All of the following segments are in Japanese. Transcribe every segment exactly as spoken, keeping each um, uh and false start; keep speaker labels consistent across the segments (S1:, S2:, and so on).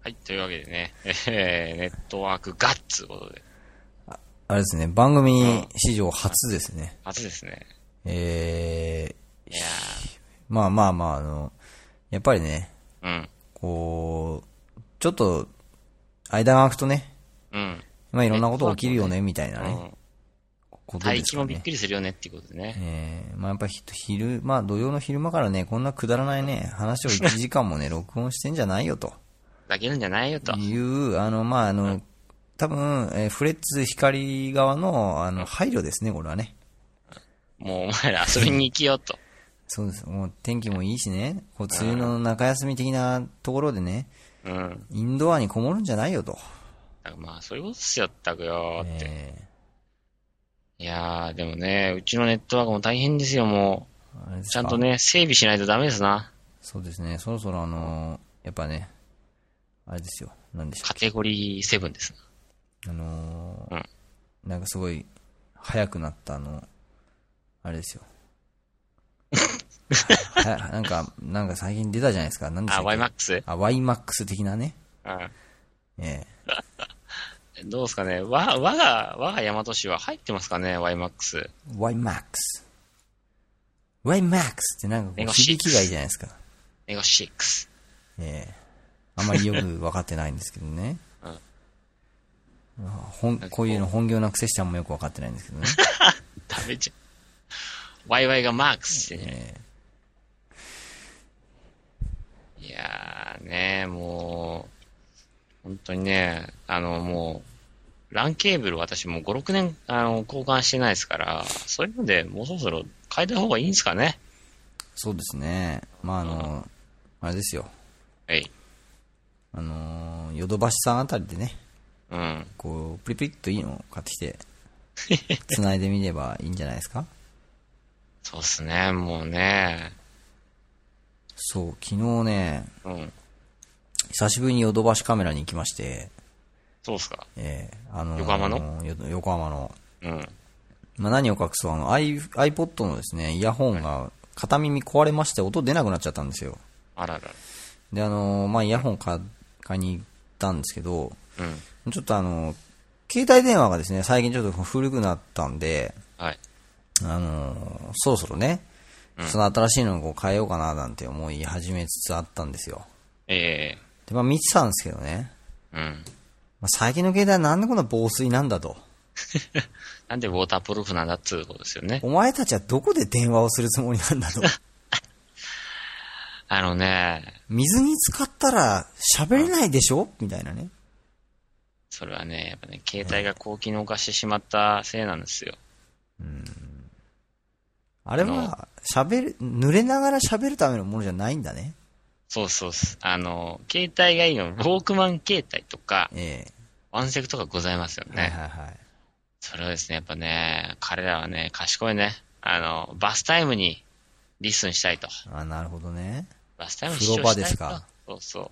S1: はい、というわけでね、えー、ネットワークガッツということで。
S2: あ、あれですね、番組史上初ですね。
S1: 初ですね。
S2: えー、
S1: いや
S2: まあまあまあ、あの、やっぱりね、
S1: ー、うん、
S2: こう、ちょっと、間が空くとね、
S1: うん。
S2: まあいろんなこと起きるよね、みたいなね、
S1: うん。
S2: こと
S1: 大
S2: ですかね。
S1: 気もびっくりするよねっていうことでね。
S2: えー、まあやっぱひ昼、まあ土曜の昼間からね、こんなくだらないね、話をいちじかんもね、録音してんじゃないよと。
S1: だけるんじゃないよと。
S2: いう、あの、まああの、多分、えーフレッツ光側の、あの、配慮ですね、これはね。
S1: もうお前ら遊びに行きよと。
S2: そうです。もう天気もいいしね、こう梅雨の中休み的なところでね、
S1: うん。
S2: インドアにこもるんじゃないよと。
S1: だからまあ、そういうことっすよ、ったくよーって。
S2: え
S1: いやー、でもね、うちのネットワークも大変ですよ、も
S2: ー、あれで
S1: う。
S2: すか
S1: ちゃんとね、整備しないとダメですな。
S2: そうですね、そろそろあのーやっぱね、あれですよ、なんでしょ
S1: カテゴリーセブンです
S2: う。あのー
S1: うん
S2: なんかすごい、早くなったあの、あれですよ。はやなんか、なんか最近出たじゃないですか。なんでし
S1: な。あ、
S2: たっけ
S1: ワイマックス？
S2: あ、ワイマックス 的なね。
S1: うん。
S2: え
S1: どうですかね。わ、我が、我が大和市は入ってますかね、ワイマックス。
S2: え ワイマックス。ワイマックスってなんかこう
S1: ネゴシックス
S2: 響きがいいじゃないですか。
S1: ネゴシックス。
S2: ええあんまりよく分かってないんですけどね。
S1: うん
S2: 本こういうの本業なくせしてあんまよく分かってないんですけどね。
S1: ダメじゃん。ワイワイがマックスしてね。いやーね、もう、本当にね、あのもう、ランケーブル私もうご、ろくねん、あの、交換してないですから、そういうのでもうそろそろ変えた方がいいんですかね。
S2: そうですね。まああの、あれですよ。
S1: はい。
S2: あの、ヨドバシさんあたりでね、
S1: うん。
S2: こう、プリプリっといいのを買ってきて、繋いでみればいいんじゃないですか。
S1: そうっすね、もうね。
S2: そう、昨日ね、
S1: うん。
S2: 久しぶりにヨドバシカメラに行きまして、
S1: そうっすか。
S2: ええあのー
S1: 横浜の
S2: よ横浜の、
S1: うん。
S2: まあ、何を隠そう、あの、アイ iPod のですね、イヤホンが片耳壊れまして音出なくなっちゃったんですよ。
S1: あらら。
S2: で、あのーまあ、イヤホン買買いに行ったんですけど、
S1: うん。
S2: ちょっとあのー携帯電話がですね、最近ちょっと古くなったんで、
S1: はい。
S2: あのーそろそろね、その新しいのをこう変えようかななんて思い始めつつあったんですよ。
S1: ええ
S2: で、まあ見てたんですけどね、
S1: うん。
S2: まあ、最近の携帯はなんでこんな防水なんだと。
S1: なんでウォータープルーフなんだっつうことですよね。
S2: お前たちはどこで電話をするつもりなんだと。
S1: あのね、
S2: 水に浸かったら喋れないでしょみたいなね。
S1: それはね、やっぱね、携帯が高機能化してしまったせいなんですよ。
S2: あれは、喋る、濡れながら喋るためのものじゃないんだね。
S1: そうそうっす。あの、携帯がいいの、ウォークマン携帯とか、
S2: え
S1: ワンセグとかございますよ
S2: えはい
S1: ね。
S2: はいはい。
S1: それをですね、やっぱね、彼らはね、賢いね。あの、バスタイムにリスンしたいと。
S2: あ、なるほどね。
S1: バスタイムに視
S2: 風呂場
S1: 聴したいと。
S2: ですか。
S1: そうそう。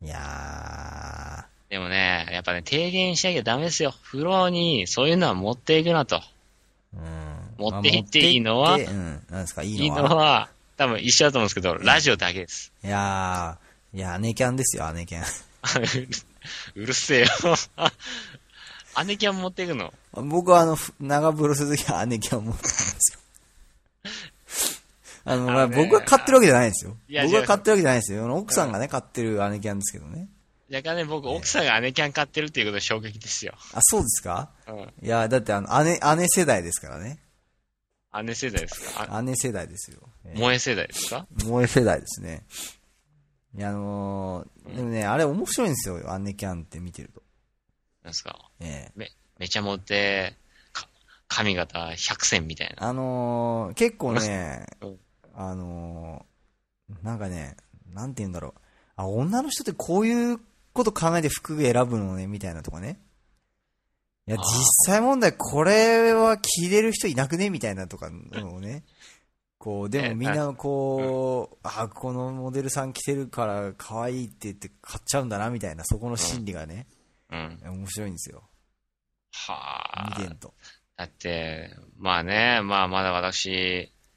S2: いや
S1: でもね、やっぱね、低減しなきゃダメですよ。風呂にそういうのは持っていくなと。
S2: ー、うん。
S1: 持って行っていいのは、
S2: まあ持って行ってうん。なんですか、い
S1: いい
S2: いのは。
S1: のは、多分一緒だと思うんですけど、ラジオだけです。
S2: いやー、いや、姉キャンですよ、姉キャン。
S1: うるせえよ。姉キャン持っていくの？
S2: 僕はあの、ふ長風呂するときは姉キャンを持ってたんですよ。あの、まあ、
S1: あのね
S2: 僕が買ってるわけじゃないんですよ。
S1: いや
S2: 僕が買ってるわけじゃないんですよ。奥さんがね、買ってる姉キャンですけどね。
S1: 若干ね、僕、奥さんが姉キャン買ってるっていうことで衝撃ですよ。
S2: あ、そうですか。
S1: うん。
S2: いや、だってあの、姉、姉世代ですからね。
S1: 姉世代ですか？あ、
S2: 姉世代ですよ。え
S1: 萌え世代ですか？
S2: ー萌え世代ですね。いや、あのーでもね、あれ面白いんですよ、姉キャンって見てると。
S1: なんですか？
S2: ええ
S1: め、めちゃモテ、か、髪型百選みたいな。
S2: あのー結構ね、
S1: うん
S2: あのーなんかね、なんて言うんだろう。あ、女の人ってこういうこと考えて服選ぶのね、みたいなとかね。いや、
S1: あー
S2: 実際問題、これは着れる人いなくねみたいなとかのをね。こう、でもみんなこう、あ、このモデルさん着てるから可愛いって言って買っちゃうんだな、みたいな、そこの心理がね、
S1: うん。
S2: 面白いんですよ。
S1: はあ。
S2: 見てんと。
S1: だって、まあね、まあまだ私、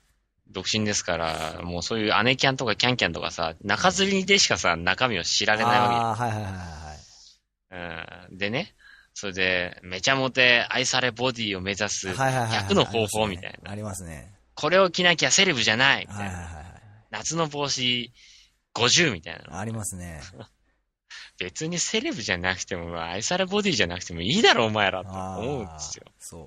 S1: 独身ですから、もうそういう姉キャンとかキャンキャンとかさ、中吊りでしかさ、中身を知られないわけ。
S2: ああ、はいはいはいはい。
S1: うん。でね、それで、めちゃモテ愛されボディを目指す
S2: はいはいはいはい
S1: ひゃくの方法みたいな。
S2: ありますね。
S1: これを着なきゃセレブじゃないみたいな。
S2: はいはいはいはい。
S1: 夏の帽子ごじゅうみたいな。
S2: ありますね。
S1: 別にセレブじゃなくても、愛されボディじゃなくてもいいだろ、お前らと思うんですよ。
S2: そう。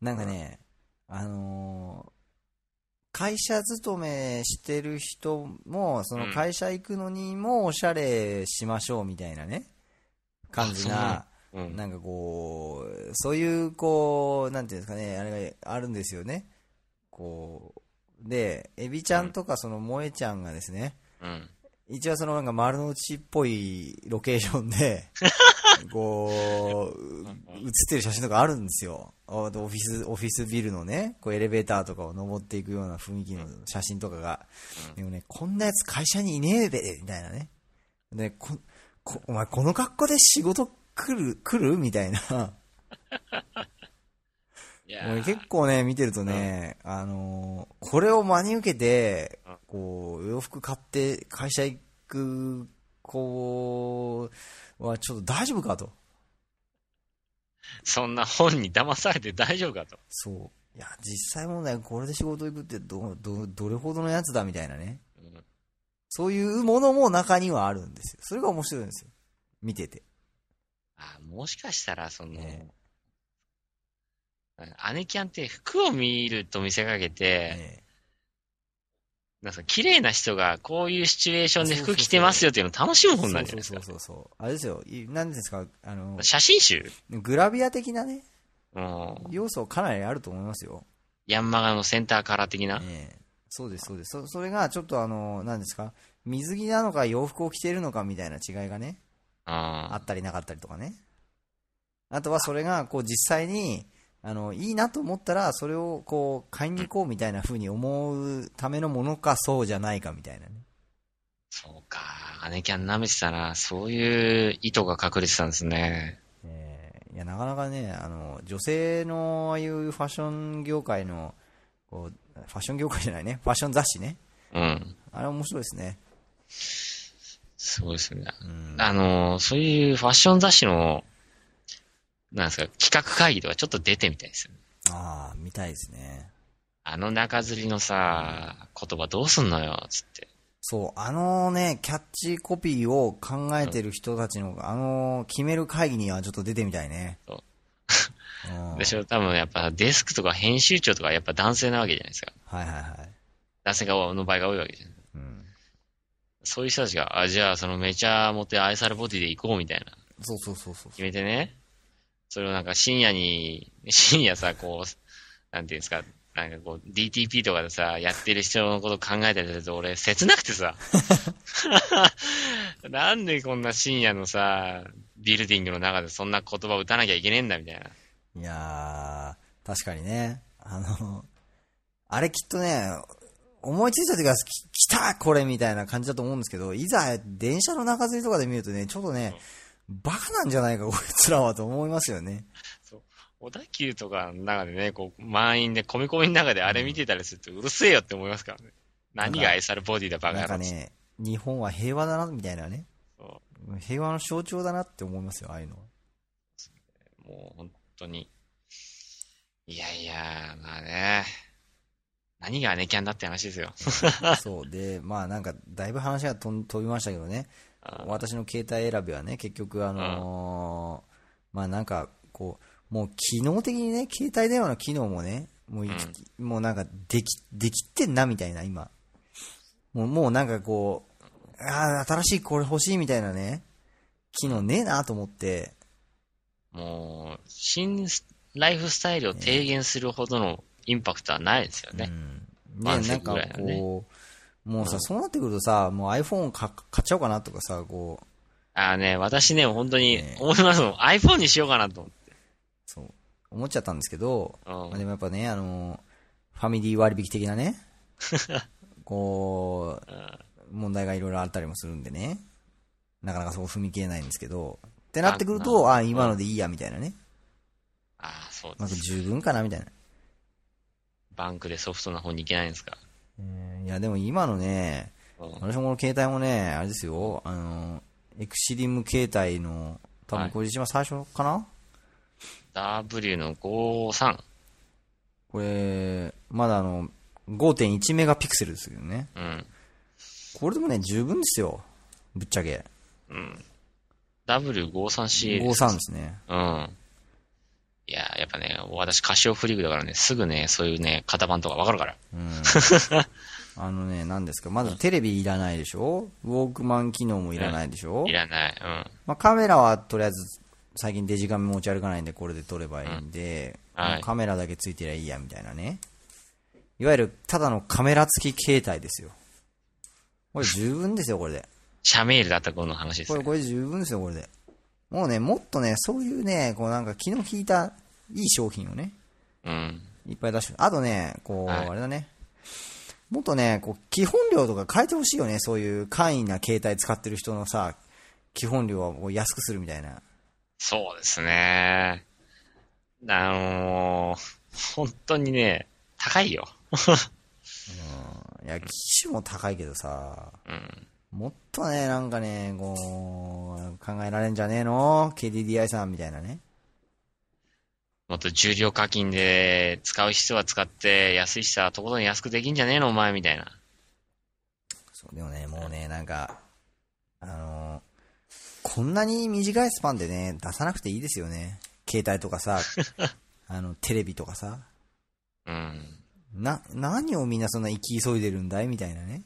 S2: なんかね、あのー、会社勤めしてる人も、その会社行くのにもおしゃれしましょうみたいなね、感じな、うん、なんかこう、そういう、こう、なんていうんですかね、あれがあるんですよね。こう、で、エビちゃんとかその萌えちゃんがですね、うん、一応そのなんか丸の内っぽいロケーションで、こう、写ってる写真とかあるんですよ。オフィス、オフィスビルのね、こうエレベーターとかを登っていくような雰囲気の写真とかが、うん、でもね、こんなやつ会社にいねえべ、みたいなね。で、こ、こ、お前この格好で仕事来る、来るみたいな。結構ね、見てるとね、うん、あのー、これを真に受けて、こう、洋服買って会社行く子はちょっと大丈夫かと。
S1: そんな本に騙されて大丈夫かと。
S2: そう。いや、実際問題これで仕事行くってど、ど、どれほどのやつだみたいなね。うん、そういうものも中にはあるんですよ。それが面白いんですよ。見てて。
S1: あ、もしかしたら、その、えー姉キャンって服を見ると見せかけて、ええ、なんか綺麗な人がこういうシチュエーションで服着てますよっていうのを楽しむ本なんじゃないですか。
S2: そうそうそうそう。あれですよ。何ですか、あの、
S1: 写真集
S2: グラビア的なね、
S1: うん、
S2: 要素かなりあると思いますよ。
S1: ヤンマガのセンターカラー的な、
S2: ええ、そうです、そうです。そ, それがちょっとあの、何ですか、水着なのか洋服を着ているのかみたいな違いがね、あ, あったりなかったりとかね。あとはそれがこう実際に、あの、いいなと思ったら、それをこう、買いに行こうみたいな風に思うためのものか、そうじゃないかみたいなね。
S1: そうか。姉キャン舐めてたな。そういう意図が隠れてたんですね。
S2: えー、いや、なかなかね、あの、女性のああいうファッション業界の、こう、ファッション業界じゃないね、ファッション雑誌ね。
S1: うん。
S2: あれ面白いですね。
S1: そうですね。うん、あの、そういうファッション雑誌の、なんですか、企画会議とかちょっと出てみたいですよね。
S2: ああ、見たいですね。
S1: あの中吊りのさ、言葉どうすんのよ、つって。
S2: そう、あのね、キャッチコピーを考えてる人たちの、うん、あの、決める会議にはちょっと出てみたいね。そう。
S1: でしょ、多分やっぱデスクとか編集長とかやっぱ男性なわけじゃないですか。
S2: はいはいはい。
S1: 男性がの場合が多いわけじゃない。うん。そういう人たちが、あ、じゃあそのめちゃモテ愛されボディで行こうみたいな。
S2: そうそうそうそう。
S1: 決めてね。それをなんか深夜に、深夜さ、こう、なんていうんですか、なんかこう、ディーティーピー とかでさ、やってる人のこと考えたりすると俺、切なくてさ。なんでこんな深夜のさ、ビルディングの中でそんな言葉を打たなきゃいけねえんだ、みたいな。
S2: いやー、確かにね。あの、あれきっとね、思いついた時は、来たこれみたいな感じだと思うんですけど、いざ電車の中吊りとかで見るとね、ちょっとね、バカなんじゃないか、こいつらはと思いますよね。
S1: そう。小田急とかの中でね、こう、満員で、込み込みの中であれ見てたりすると、うるせえよって思いますからね。何が愛されボディだ、バカ野郎。
S2: なんかね、日本は平和だな、みたいなね。そう。平和の象徴だなって思いますよ、ああいうのは。
S1: もう、本当に。いやいや、まあね。何が姉キャンだって話ですよ。
S2: そう。で、まあなんか、だいぶ話が飛びましたけどね。私の携帯選びはね、結局あのー、まあなんか、こう、もう機能的にね、携帯電話の機能もね、もう、うん、もうなんか、でき、できてんな、みたいな、今。もう、もうなんかこう、ああ、新しいこれ欲しいみたいなね、機能ねえなと思って。
S1: もう、新ライフスタイルを低減するほどのインパクトはないですよね。
S2: うん、で、なんかこう、もうさ、うん、そうなってくるとさ、もう iPhone 買っちゃおうかなとかさ、こう。
S1: ああね、私ね、本当に思いますもん。ね、iPhone にしようかなと思って。
S2: そう。思っちゃったんですけど、うん、まあ、でもやっぱね、あの、ファミリー割引的なね、こう、問題がいろいろあったりもするんでね、なかなかそう踏み切れないんですけど、ってなってくると、ああ、今のでいいや、みたいなね。
S1: ああ、そうです。
S2: なんか十分かな、みたいな。
S1: バンクでソフトな方に行けないんですか？
S2: えーいや、でも今のね、
S1: うん、
S2: 私もこの携帯もね、あれですよ、あの、エクシリム携帯の、多分これ一番最初かな、はい、
S1: ダブリュー のごじゅうさん。
S2: これ、まだあの、ごてんいちメガピクセルですけどね。
S1: うん。
S2: これでもね、十分ですよ。ぶっちゃけ。
S1: うん。ダブリューごじゅうさんシーエー です。
S2: ごじゅうさんですね。
S1: うん。いや、やっぱね、私カシオフリークだからね、すぐね、そういうね、型番とかわかるから。
S2: うん。あのね、何ですか。まずテレビいらないでしょ、ウォークマン機能もいらないでしょ、
S1: うん、いらない。うん。
S2: まあ、カメラはとりあえず、最近デジカメ持ち歩かないんで、これで撮ればいいんで、うんはい、カメラだけついてりゃいいや、みたいなね。いわゆる、ただのカメラ付き携帯ですよ。これ十分ですよ、これで。
S1: シャメールだった頃の話ですね。
S2: これ、これ十分ですよ、これで。もうね、もっとね、そういうね、こうなんか気の利いた、いい商品をね、
S1: うん。
S2: いっぱい出して、あとね、こう、はい、あれだね、もっとね、こう、基本料とか変えてほしいよね、そういう簡易な携帯使ってる人のさ、基本料はこう安くするみたいな。
S1: そうですね。あのー、本当にね、高いよ。
S2: うん、いや、機種も高いけどさ、
S1: うん、
S2: もっとね、なんかね、こう、考えられんじゃねえの ?ケーディーディーアイ さんみたいなね。
S1: もっと重量課金で使う人は使って安い人はとことん安くできんじゃねえのお前みたいな。
S2: そうでもね、もうね、なんか、あのー、こんなに短いスパンでね、出さなくていいですよね。携帯とかさ、あの、テレビとかさ。
S1: うん。
S2: な、何をみんなそんな生き急いでるんだいみたいなね。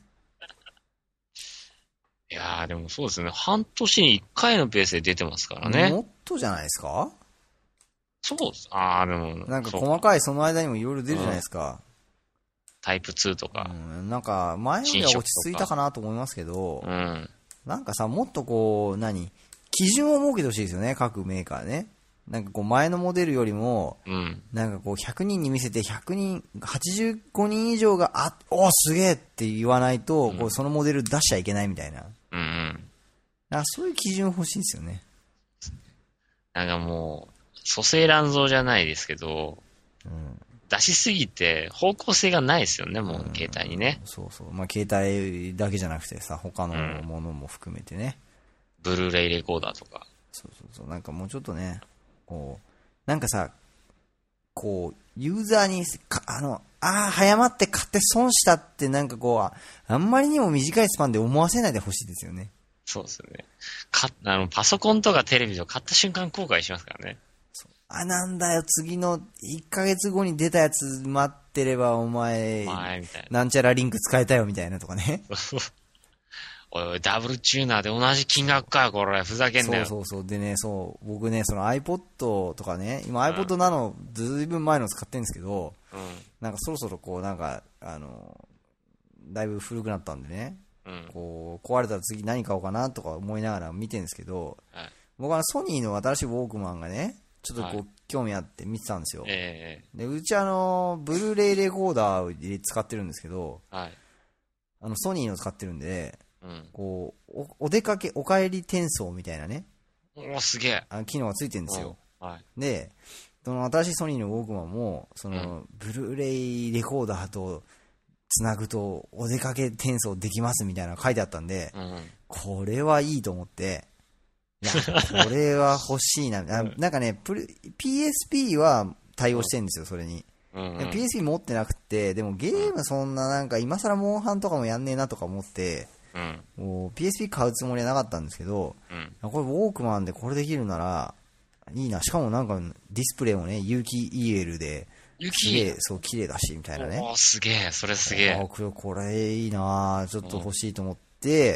S1: いやーでもそうですね。半年にいっかいのペースで出てますからね。
S2: もっとじゃないですか？
S1: そうです。あーでも。
S2: なんか細かいその間にもいろいろ出るじゃないですか。
S1: タイプツーとか。
S2: うん、なんか前よりは落ち着いたかなと思いますけど、
S1: うん、
S2: なんかさ、もっとこう、何基準を設けてほしいですよね、各メーカーね。なんかこう前のモデルよりも、
S1: うん、
S2: なんかこうひゃくにんに見せてひゃくにん、はちじゅうごにん以上が、あ、おすげえって言わないと、うん、こうそのモデル出しちゃいけないみたいな。
S1: うんうん。
S2: なんかそういう基準欲しいですよね。
S1: なんかもう、蘇生乱造じゃないですけど、うん、出しすぎて方向性がないですよね、もう、うん、携帯にね。
S2: そうそう。まあ携帯だけじゃなくてさ、他のものも含めてね。
S1: うん、ブルーレイレコーダーとか。
S2: そうそうそう。なんかもうちょっとね、こう、なんかさ、こう、ユーザーに、あの、ああ、早まって買って損したってなんかこう、あんまりにも短いスパンで思わせないでほしいですよね。
S1: そうですよね。か、あの、パソコンとかテレビとか買った瞬間後悔しますからね。
S2: そうあ、なんだよ、次のいっかげつごに出たやつ待ってればお前、お前みたいな。なんちゃらリンク使えたよみたいなとかね。
S1: おいおい、ダブルチューナーで同じ金額かよ、これ。ふざけんなよ。
S2: そうそうそう。でね、そう、僕ね、その iPod とかね、今 iPod Nano ずいぶん前の使ってるんですけど、うん、なんかそろそろこう、なんか、あの、だいぶ古くなったんでね、うん、こう、壊れたら次何買おうかなとか思いながら見てるんですけど、はい、僕はソニーの新しいウォークマンがね、ちょっとこう、はい、興味あって見てたんですよ。えー、で、うちあの、ブルーレイレコーダーを使ってるんですけど、はい、あの、ソニーの使ってるんで、うん、こうお、お出かけ、お帰り転送みたいなね。
S1: おすげえ。
S2: あ機能がついてるんですよ。
S1: はい、
S2: で、その新しいソニーのウォークマンも、その、うん、ブルーレイレコーダーとつなぐとお出かけ転送できますみたいなのが書いてあったんで、うん、これはいいと思って、いや、これは欲しいな。あなんかね、ピーエスピー は対応してるんですよ、それに。うんうん、ピーエスピー 持ってなくて、でもゲームそんななんか今更モンハンとかもやんねえなとか思って、うん、もう ピーエスピー 買うつもりはなかったんですけど、うん、これウォークマンでこれできるならいいな。しかもなんかディスプレイもね、有機 イーエル で、すげえ、そう綺麗だしみたいなね。
S1: おーすげえ、それすげえ。
S2: これ、これいいな、ちょっと欲しいと思って、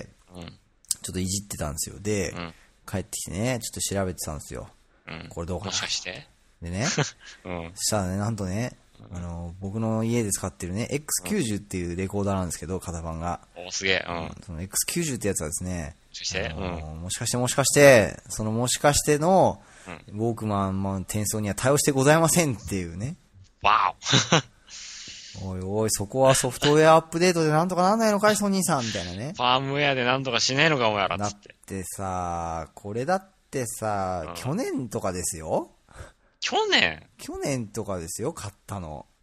S2: うん、ちょっといじってたんですよ。で、うん、帰ってきてね、ちょっと調べてたんですよ。うん、これどうかな。
S1: もしかして
S2: でね、うん、そしたらね、なんとね、あの僕の家で使ってるね エックスきゅうじゅう っていうレコーダーなんですけど、型番が
S1: おすげえ、うん、
S2: その エックスきゅうじゅう ってやつはですね、
S1: もしかして、うん、
S2: もしかしてもしかしてそのもしかしての、うん、ウォークマンの転送には対応してございませんっていうね。
S1: わ
S2: おおいおい、そこはソフトウェアアップデートでなんとかなんないのかいソニーさんみたいなね。
S1: ファームウェアでなんとかしねえのかお前らっつって。
S2: だってさ、これだってさ、うん、去年とかですよ。
S1: 去年
S2: 去年とかですよ、買ったの。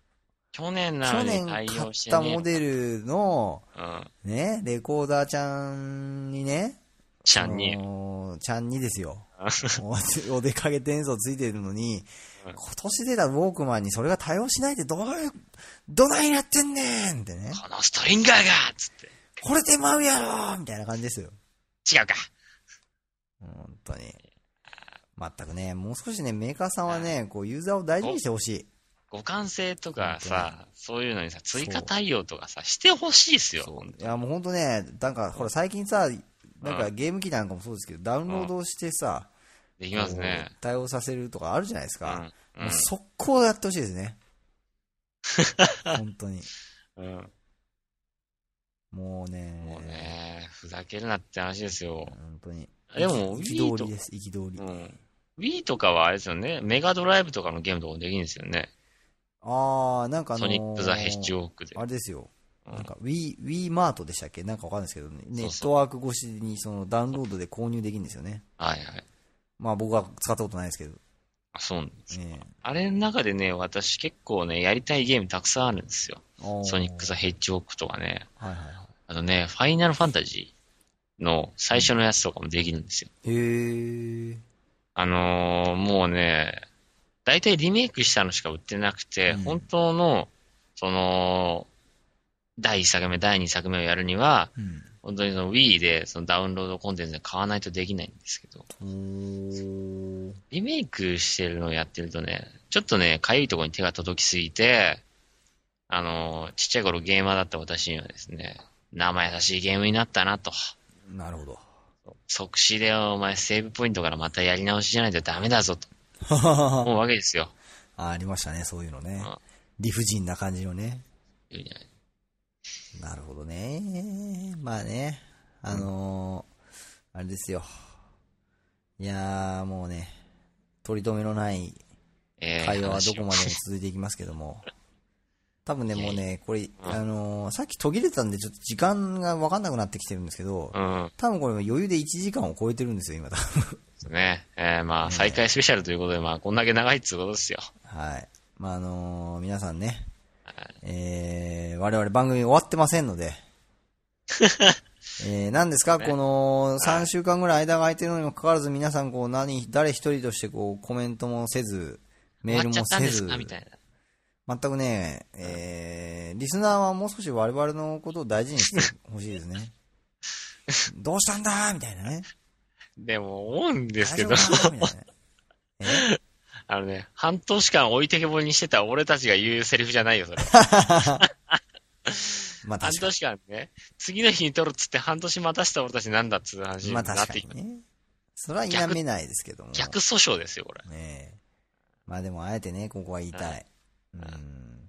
S1: 去年なの
S2: 去年
S1: に対
S2: 買っ
S1: 応してね。
S2: たモデルの、
S1: うん。
S2: ね、レコーダーちゃんにね、
S1: ちゃんに。
S2: そのちゃんにですよ。おお出かけ転送ついてるのに、
S1: うん
S2: 今年出たウォークマンにそれが対応しないでどういう、どないなってんねんってね。
S1: このストリンガーがつって。
S2: これで舞うやろみたいな感じですよ。
S1: 違うか。
S2: 本当に。まったくね、もう少しね、メーカーさんはね、こう、ユーザーを大事にしてほしい。
S1: 互換性とかさ、そういうのにさ、追加対応とかさ、してほしいっすよ。
S2: そう。いや、もうほんとね、なんか、ほら、最近さ、なんかゲーム機なんかもそうですけど、ダウンロードしてさ、
S1: できますね
S2: こう。対応させるとかあるじゃないですか。
S1: うん。
S2: もう速攻でやってほしいですね。本当に。
S1: うん。
S2: もうね。
S1: もうね、ふざけるなって話ですよ。
S2: 本当に。
S1: でも、
S2: 憤りです、憤り。
S1: うん。Wii とかはあれですよね、メガドライブとかのゲームとかもできるんですよね。
S2: あー、なんかあのー、
S1: ソニック・ザ・ヘッジホークで。
S2: あれですよ。
S1: うん、
S2: なんか Wii、Wii マートでしたっけなんかわかんないですけどね。ネットワーク越しにそのダウンロードで購入できるんですよね。
S1: はいはい。
S2: まあ僕は使ったことないですけど。
S1: あ、そうなんですか。
S2: ね、
S1: あれの中でね、私結構ね、やりたいゲームたくさんあるんですよ。ソニック・ザ・ヘッジホークとかね。
S2: はいはいはい。
S1: あとね、ファイナルファンタジーの最初のやつとかもできるんですよ。
S2: へー。
S1: あのー、もうね、大体リメイクしたのしか売ってなくて、うん、本当の、その、だいいっさくめ、だいにさくめをやるには、うん、本当にその Wii でそのダウンロードコンテンツで買わないとできないんですけど、リメイクしてるのをやってるとね、ちょっとね、かゆいところに手が届きすぎて、あのー、ちっちゃい頃ゲーマーだった私にはですね、生優しいゲームになったなと。
S2: なるほど。
S1: 即死でお前セーブポイントからまたやり直しじゃないとダメだぞと。思うわけですよ。
S2: あ、ありましたね、そういうのね。うん、理不尽な感じのね。
S1: いいじゃない。
S2: なるほどね。まあね、あのー、あれですよ。いやー、もうね、取り留めのない会話はどこまでも続いていきますけども。えー多分ね、もうね、これ、うん、あのー、さっき途切れたんで、ちょっと時間が分かんなくなってきてるんですけど、うん、多分これ余裕でいちじかんを超えてるんですよ、今多分。
S1: ですね。えー、まあ、再開スペシャルということで、まあ、こんだけ長いってことですよ。
S2: はい。まあ、あのー、皆さんね、はい、えー、我々番組終わってませんので、えー、何ですか、ね、このさんしゅうかんぐらい間が空いてるのにもかかわらず、皆さん、こう、何、誰一人としてこう、コメントもせず、メールもせず、
S1: みたいな。
S2: 全くね、えー、リスナーはもう少し我々のことを大事にしてほしいですね。どうしたんだみたいなね。
S1: でも思うんですけど。みたいなえあのね、半年間置いてけぼりにしてた俺たちが言うセリフじゃないよ、それ。まあ半年間ね、次の日に撮るっつって半年待たせた俺たちなんだっつう話になってきて。まあ確かにね。
S2: それは否めないですけども。
S1: 逆訴訟ですよ、これ。
S2: ねえ。まあでもあえてね、ここは言いたい。はいうん、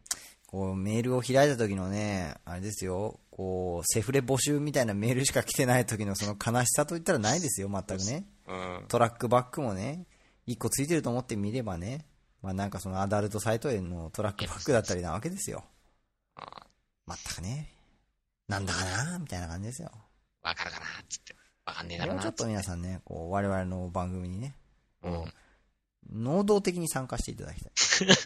S2: こうメールを開いた時のね、あれですよ、こうセフレ募集みたいなメールしか来てない時のその悲しさといったらないですよ、全くね。うん、トラックバックもね、一個ついてると思ってみればね、まあなんかそのアダルトサイトへのトラックバックだったりなわけですよ。全くね、なんだかなみたいな感じですよ。
S1: わかるかなつって、わかんねえだろうな
S2: ちょっと皆さんね、こう我々の番組にね、こう、うん、能動的に参加していただきたい。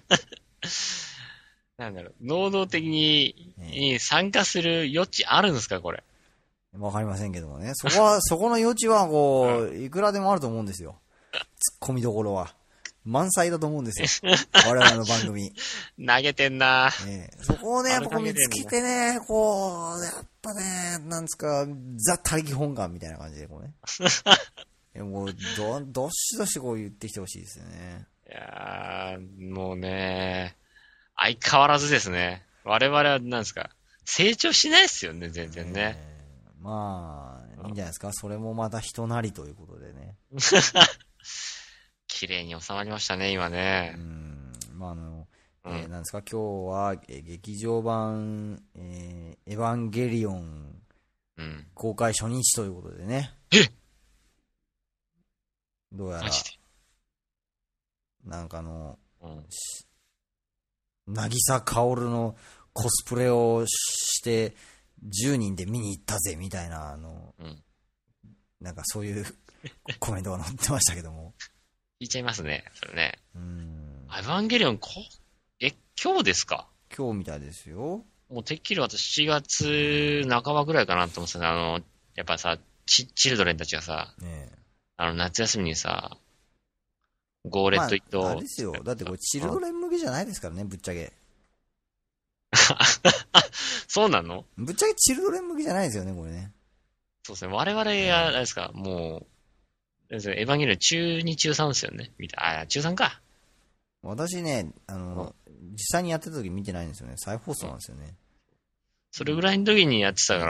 S1: なんだろう、能動的に、に参加する余地あるんですか、これ。
S2: わかりませんけどもね。そこは、そこの余地は、こう、いくらでもあると思うんですよ。ツッコミどころは。満載だと思うんですよ。我々の番組。
S1: 投げてんな、
S2: ね、そこをね、やっぱ見つけてね、こう、やっぱね、なんですか、ザ・他力本願みたいな感じで、こうね。もう、ど、どしどしこう言ってきてほしいですよね。
S1: いやー、もうね、相変わらずですね。我々は何ですか、成長しないですよね、全然ね。
S2: えー、まあ、いいんじゃないですか。それもまた人なりということでね。
S1: 綺麗に収まりましたね、今ね。
S2: うん、まああの、えー、なんですか、今日は、えー、劇場版、えー、エヴァンゲリオン、うん、公開初日ということでね。
S1: え
S2: どうやら、なんかあの、うん渚カオルのコスプレをしてじゅうにんで見に行ったぜみたいなあの、うん、なんかそういうコメントが載ってましたけども
S1: 言いちゃいますねそれね。うんエヴァンゲリオンこえ今日ですか。
S2: 今日みたいですよ。
S1: もうてっきり私しちがつなかばぐらいかなと思ってたね。あの、やっぱさ、チ、チルドレンたちがさ、
S2: ね
S1: あの、夏休みにさ、ゴーレットイット、
S2: まあ、あれですよ。だってこれチルドレン向けじゃないですからね、ぶっちゃけ。
S1: そうなの？
S2: ぶっちゃけチルドレン向けじゃないですよね、これね。
S1: そうですね。我々、あれですか、もう、エヴァンゲリオン中に中さんですよね。見た。あ、中さんか。
S2: 私ね、あの、実際にやってた時見てないんですよね。再放送なんですよね。
S1: それぐらいの時にやってたから、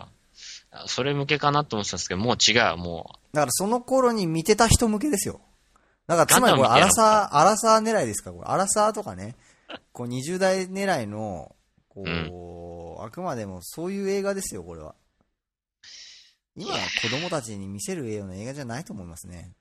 S1: それ向けかなと思ってたんですけど、もう違う、もう。
S2: だからその頃に見てた人向けですよ。だからつまりこれ、アラサー、アラサー狙いですか、これ。アラサーとかね、こうにじゅう代狙いの、こう、うん、あくまでもそういう映画ですよ、これは。今は子供たちに見せるような映画じゃないと思いますね。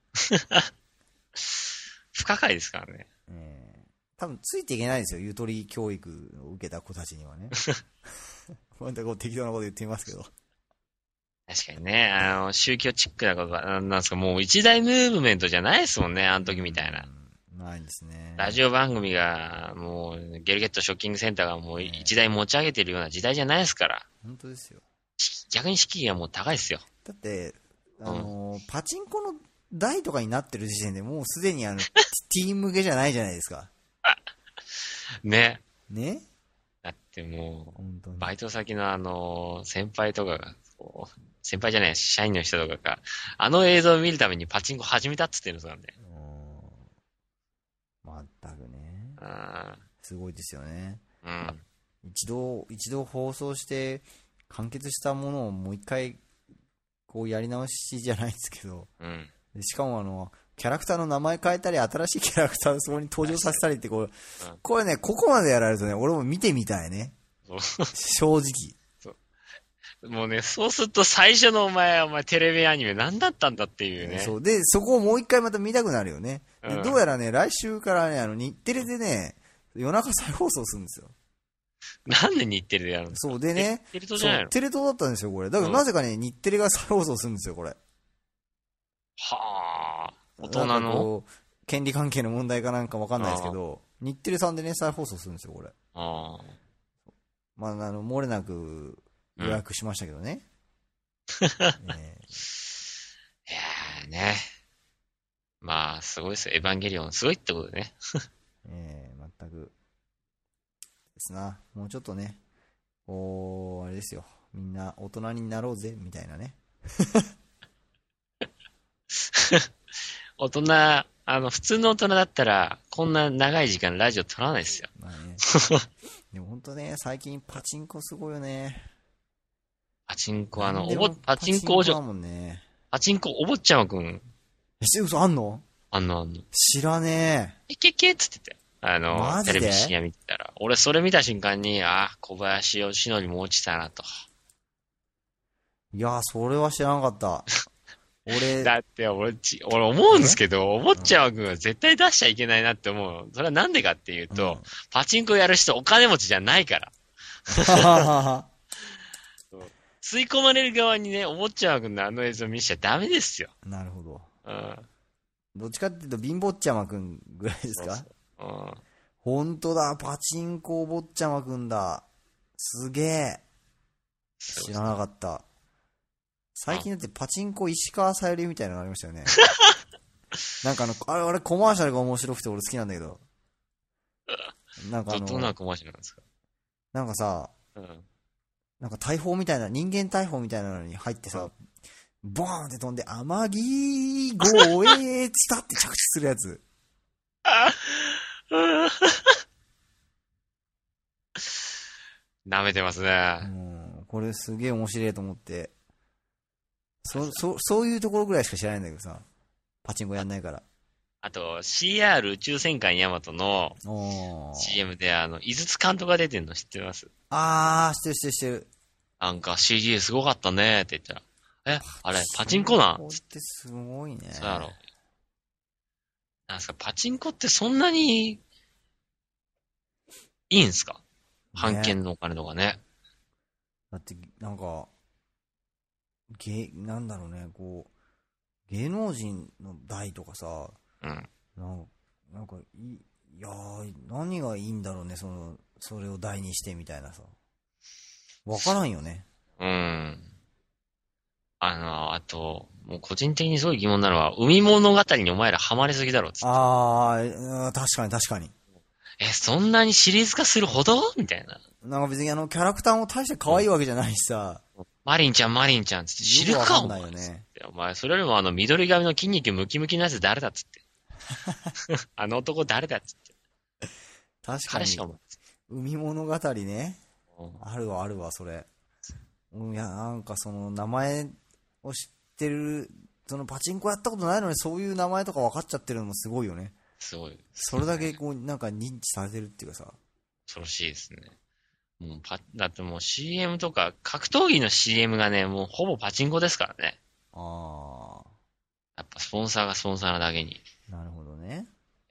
S1: 不可解ですからね。
S2: えー、多分ついていけないですよ、ゆとり教育を受けた子たちにはね。ほんとこう適当なこと言ってみますけど。
S1: 確かにね、あの、宗教チックなことなんですか、もう一大ムーブメントじゃないですもんね、あの時みたいな。
S2: ないですね。
S1: ラジオ番組が、もう、ゲルゲットショッキングセンターがもう一台持ち上げてるような時代じゃないですから。
S2: 本当ですよ。
S1: 逆に敷居がもう高いですよ。
S2: だって、あのーうん、パチンコの台とかになってる時点でもうすでにあの、ティーン向けじゃないじゃないですか。
S1: ね。
S2: ね？
S1: だってもう、バイト先のあの、先輩とかが、こう、先輩じゃない、社員の人とかが、あの映像を見るためにパチンコ始めたっつってるんですからね。
S2: まったくね。
S1: あ
S2: すごいですよね。
S1: うん。
S2: 一度、一度放送して完結したものをもう一回、こうやり直しじゃないですけど、
S1: うん。
S2: でしかもあの、キャラクターの名前変えたり、新しいキャラクターをそこに登場させたりってこう、うん、これね、ここまでやられるとね、俺も見てみたいね。正直。
S1: そうもうね、そうすると最初のお前、お前テレビアニメ何だったんだっていうね。
S2: そう。で、そこをもう一回また見たくなるよね。で、うん、どうやらね、来週からね、あの、日テレでね、夜中再放送するんですよ。
S1: なんで日テレでやるんですか？
S2: そうでね、
S1: テレ東じゃないの？
S2: テレ東だったんですよ、これ。だからなぜかね、うん、日テレが再放送するんですよ、これ。
S1: はぁ、大人の
S2: 権利関係の問題かなんかわかんないですけど、日テレさんでね、再放送するんですよ、これ。
S1: ああ。
S2: まあ、あの、漏れなく予約しましたけどね。
S1: うん、ね、いやーね。まあ、すごいですよ。エヴァンゲリオン、すごいってことでね。
S2: ええー、全く。ですな。もうちょっとね、こう、あれですよ。みんな大人になろうぜ、みたいなね。
S1: 大人、あの、普通の大人だったら、こんな長い時間ラジオ撮らないですよ。
S2: まあね。でも本当ね、最近パチンコすごいよね。
S1: パチンコ、あの、おぼ、パチンコおじょ、
S2: ね、
S1: パチンコお坊ちゃまくん。
S2: え、嘘あんの？
S1: あんのあんの。
S2: 知らね
S1: え。いけけっつってて。あの、テレビ深夜見てたら。俺それ見た瞬間に、あ、小林よしのりも落ちたなと。
S2: いや、それは知らなかった。俺。
S1: だって俺、俺思うんですけど、お坊ちゃまくんは絶対出しちゃいけないなって思う。それはなんでかっていうと、うん、パチンコやる人お金持ちじゃないから。吸い込まれる側にね、お坊ちゃまくんのあの映像見せちゃダメですよ。
S2: なるほど。
S1: うん。
S2: どっちかっていうと、貧乏ちゃまくんぐらいですか？そうそう、うん。ほんとだ、パチンコお坊ちゃまくんだ。すげえ。知らなかった。最近だってパチンコ石川さゆりみたいなのありましたよね。なんかあの、あれ、あれコマーシャルが面白くて俺好きなんだけど。なんかあの、
S1: どんなコマーシャルなんですか？
S2: なんかさ、うん、なんか大砲みたいな、人間大砲みたいなのに入ってさ、うん、ボーンって飛んで、天城ゴーエーツタって着地するやつ。
S1: 舐めてますね。
S2: うん、これすげえ面白いと思って。そ、そ、そういうところぐらいしか知らないんだけどさ。パチンコやんないから。
S1: あと、シーアール 宇宙戦艦ヤマトの シーエム で、あの、井筒監督が出てんの知ってます？
S2: あー、知ってる知ってる知ってる。
S1: なんか シージー すごかったねって言ったら、え、あれ、パチンコなん？
S2: ってすごいね。
S1: そうやろ。なんすか、パチンコってそんなに、いいんすか？半券のお金とかね。
S2: だって、なんか、芸、なんだろうね、こう、芸能人の代とかさ、
S1: うん。
S2: なんか、なんかい、いやー、何がいいんだろうね、その、 それを題にしてみたいなさ。わからんよね。
S1: うん。あの、あと、もう個人的にすごい疑問なのは、海物語にお前らハマりすぎだろっつって。
S2: あー、確かに確かに。
S1: え、そんなにシリーズ化するほどみたいな。
S2: なんか別にあの、キャラクターも大して可愛いわけじゃないしさ。
S1: マリンちゃん、マリンちゃんつって知るか
S2: よくわかんないよね。
S1: お前、それよりもあの、緑髪の筋肉ムキムキのやつ誰だっつって。あの男誰だっつって。
S2: 確かに
S1: 彼しか。も。
S2: 海物語ね。
S1: うん
S2: あるわ、あるわ、それ。うんいや、なんかその、名前を知ってる、そのパチンコやったことないのにそういう名前とか分かっちゃってるのもすごいよね。
S1: すごい。
S2: それだけこう、なんか認知されてるっていうかさ。
S1: 恐ろしいですね。もうパ、だってもう シーエム とか、格闘技の シーエム がね、もうほぼパチンコですからね。
S2: あ
S1: やっぱスポンサーがスポンサーなだけに。
S2: ー、なるほどね。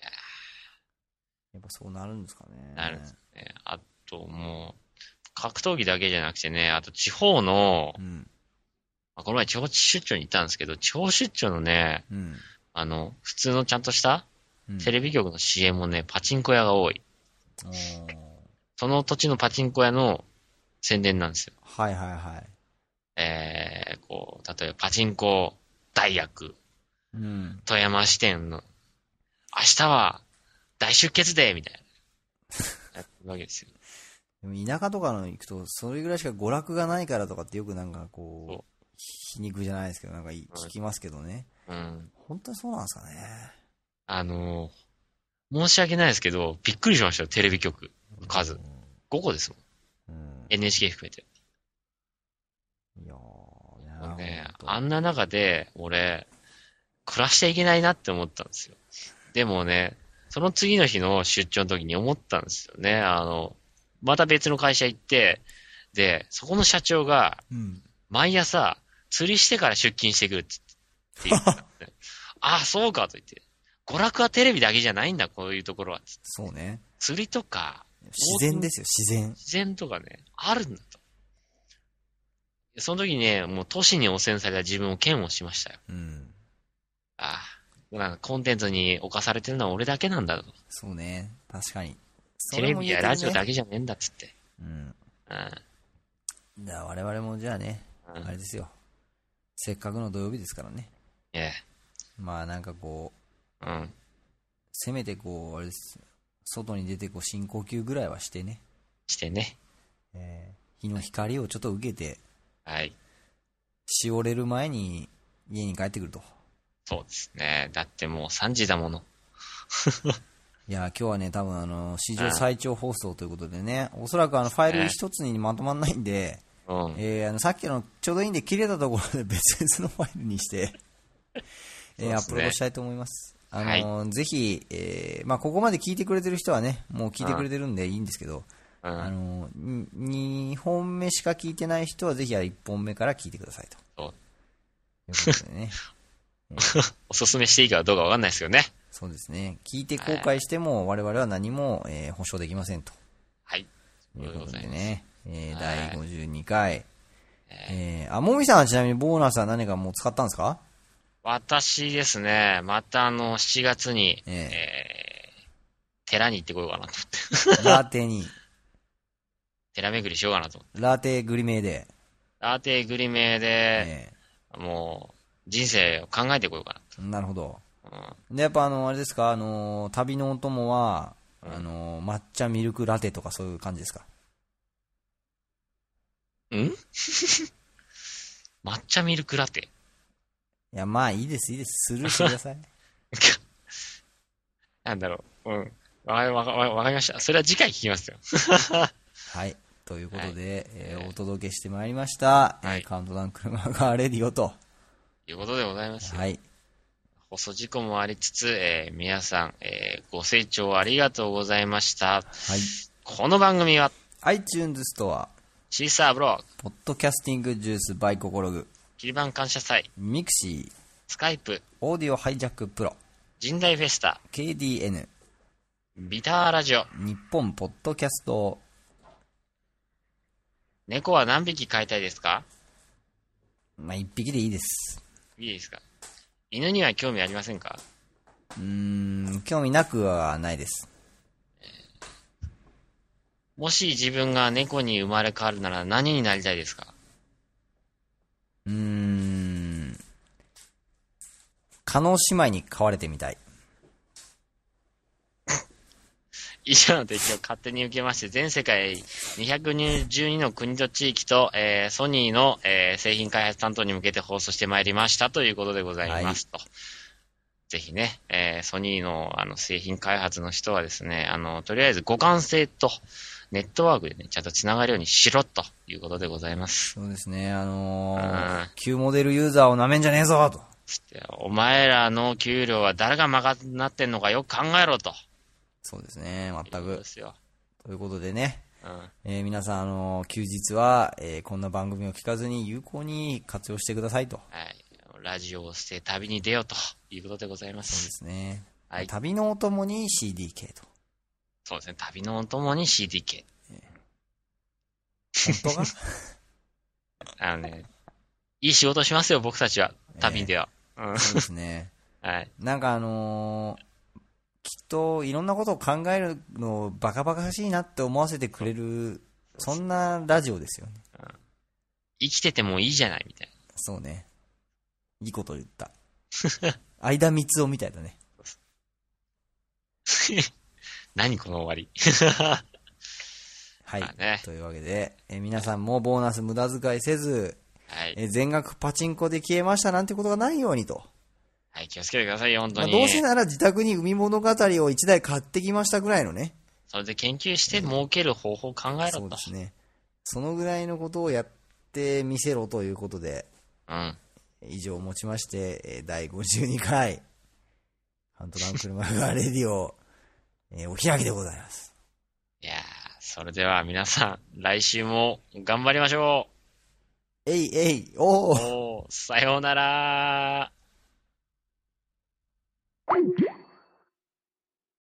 S2: やっぱそうなるんですかね。
S1: なるんですね。あともう、格闘技だけじゃなくてね、あと地方の、
S2: うん。
S1: まあこの前地方出張に行ったんですけど、地方出張のね、
S2: うん。
S1: あの、普通のちゃんとした
S2: うん、
S1: テレビ局の シーエム もね、パチンコ屋が多い。
S2: おー
S1: その土地のパチンコ屋の宣伝なんですよ。
S2: はいはいはい。
S1: えー、こう、例えばパチンコ大学、
S2: うん。
S1: 富山支店の、明日は大出血デーみたいな。やってるわけですよ。
S2: でも田舎とかの行くと、それぐらいしか娯楽がないからとかってよくなんかこ
S1: そう
S2: う、皮肉じゃないですけど、なんか聞きますけどね。
S1: うん。
S2: 本当にそうなんですかね。
S1: あのー、申し訳ないですけど、びっくりしましたよ、テレビ局の数。ごこですもん。
S2: うん。
S1: エヌエイチケー 含めて。
S2: いやー、
S1: ね、
S2: ほんと
S1: あんな中で、俺、暮らしちゃいけないなって思ったんですよ。でもね、その次の日の出張の時に思ったんですよね。あの、また別の会社行って、で、そこの社長が、
S2: うん。
S1: 毎朝、釣りしてから出勤してくるって言ってたんですね。ああ、そうかと言って。娯楽はテレビだけじゃないんだ、こういうところは。
S2: そうね。
S1: 釣りとか、
S2: 自然ですよ、自然。
S1: 自然とかね、あるんだと。その時にね、もう都市に汚染された自分を嫌悪しましたよ。
S2: うん。
S1: ああ、なんかコンテンツに侵されてるのは俺だけなんだと。
S2: そうね。確かに。
S1: テレビやラジオだ
S2: け。
S1: けじゃねえんだっつって。
S2: うん。
S1: うん。
S2: じゃあ我々もじゃあね、
S1: うん
S2: あれですよ。せっかくの土曜日ですからね。
S1: ええ。
S2: まあなんかこう、
S1: うん。
S2: せめてこう、あれです。外に出てこう深呼吸ぐらいはしてね。
S1: してね。
S2: えー、日の光をちょっと受けて、
S1: はい。
S2: しおれる前に家に帰ってくると。
S1: そうですね。だってもうさんじだもの。
S2: いや、今日はね、多分あの、史上最長放送ということでね、おそらくあの、ファイル一つにまとまんないんで、
S1: うん。
S2: えー、あの、さっきのちょうどいいんで切れたところで別々のファイルにして、えー、アップロードしたいと思います。あのー、ぜひ、えー、まあ、ここまで聞いてくれてる人はね、もう聞いてくれてるんでいいんですけど、
S1: うん。
S2: あのー、にほんめしか聞いてない人はぜひいっぽんめから聞いてくださいと。
S1: そう。
S2: ということでね。
S1: おすすめしていいかどうかわかんないですよね。
S2: そうですね。聞いて後悔しても我々は何も、えー、保証できませんと。
S1: はい。
S2: ということで
S1: そう
S2: ね。えー、
S1: はい
S2: だいごじゅうにかい。えー、あ、もみさんはちなみにボーナスは何かもう使ったんですか？
S1: 私ですね、またあの、しちがつに、
S2: え
S1: え
S2: え
S1: ー、寺に行ってこようかなと思って。
S2: ラテに、
S1: 寺巡りしようかなと思って。
S2: ラテグリメで。
S1: ラテグリメで、
S2: え
S1: もう、人生を考えてこようか
S2: ー、なるほど。
S1: な。
S2: で、やっぱあの、あれですか、あの、旅のお供は、
S1: うん
S2: あの、抹茶ミルクラテとかそういう感じですか？
S1: うんん抹茶ミルクラテ。
S2: いや、まあいいです、いいです。スルーしてください。
S1: なんだろう。うん。わかわかわかりました。それは次回聞きますよ。
S2: はい。ということで、
S1: はい
S2: えーお届けしてまいりました。
S1: はい
S2: えーカウントダウン車がレディオと。
S1: ということでございます。
S2: はい。
S1: 放送事故もありつつ、えー皆さん、えーご清聴ありがとうございました。
S2: はい。
S1: この番組は、
S2: iTunes ストア、
S1: シーサーブログ、
S2: ポッドキャスティングジュースバイココログ、
S1: キリバン感謝祭、
S2: ミクシー、
S1: スカイプ、
S2: オーディオハイジャックプロ、
S1: 神代フェスタ、
S2: ケーディーエヌ、
S1: ビターラジオ、
S2: 日本ポッドキャスト、
S1: 猫は何匹飼いたいですか？
S2: まあ、一匹でいいです。
S1: いいですか？犬には興味ありませんか？
S2: うーん、興味なくはないです。
S1: もし自分が猫に生まれ変わるなら何になりたいですか？
S2: うーん。叶姉妹に飼われてみたい。
S1: 以上の敵を勝手に受けまして、全世界にひゃくじゅうにの国と地域と、えー、ソニーの、えー、製品開発担当に向けて放送してまいりましたということでございますと。はい、ぜひね、えー、ソニーのあの製品開発の人はですね、あの、とりあえず互換性とネットワークでね、ちゃんと繋がるようにしろということでございます。
S2: そうですね、あのー、旧モデルユーザーを舐めんじゃねえぞと。
S1: お前らの給料は誰が賄ってんのかよく考えろと。
S2: そうですね、全く。
S1: いいですよ。
S2: ということでね、
S1: うん
S2: えー、皆さん、あのー、休日は、えー、こんな番組を聞かずに有効に活用してくださいと。
S1: はい。ラジオを捨て旅に出ようということでございます。
S2: そうですね。
S1: はい。
S2: 旅のお供に シーディー 系と。
S1: そうですね。旅のお供に シーディー 系。
S2: えー、本当か
S1: あのね、いい仕事しますよ、僕たちは。旅では。
S2: えーうん、そうですね。
S1: はい。
S2: なんかあのー、きっといろんなことを考えるのをバカバカしいなって思わせてくれる、そんなラジオですよね。
S1: うん、生きててもいいじゃないみたいな。
S2: そうね。いいこと言った。相田光夫みたいだね。
S1: 何この終わり。
S2: はい、
S1: ね。
S2: というわけで、え皆さんもボーナス無駄遣いせず、はい、え全額パチンコで消えましたなんてことがないようにと。
S1: はい、気をつけてくださいよ、本当に。
S2: まあ、どうせなら自宅に海物語を一台買ってきましたぐらいのね。
S1: それで研究して儲ける方法を考えろと。
S2: そうですね。そのぐらいのことをやってみせろということで、
S1: うん。
S2: 以上をもちまして、だいごじゅうにかい、ハントラン車がレディオ、えー、お開きでございます。
S1: いやー、それでは皆さん、来週も頑張りましょ
S2: う。えいえい、おー。
S1: おー、さようならー。